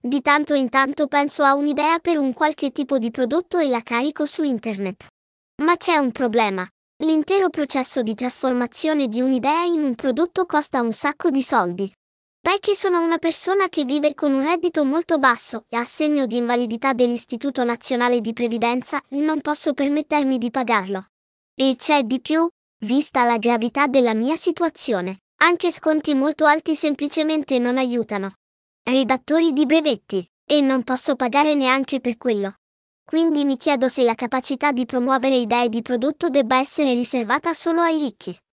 Di tanto in tanto penso a un'idea per un qualche tipo di prodotto e la carico su internet. Ma c'è un problema. L'intero processo di trasformazione di un'idea in un prodotto costa un sacco di soldi. Perché sono una persona che vive con un reddito molto basso e assegno di invalidità dell'Istituto Nazionale di Previdenza e non posso permettermi di pagarlo. E c'è di più, vista la gravità della mia situazione, anche sconti molto alti semplicemente non aiutano. Redattori di brevetti, e non posso pagare neanche per quello. Quindi mi chiedo se la capacità di promuovere idee di prodotto debba essere riservata solo ai ricchi.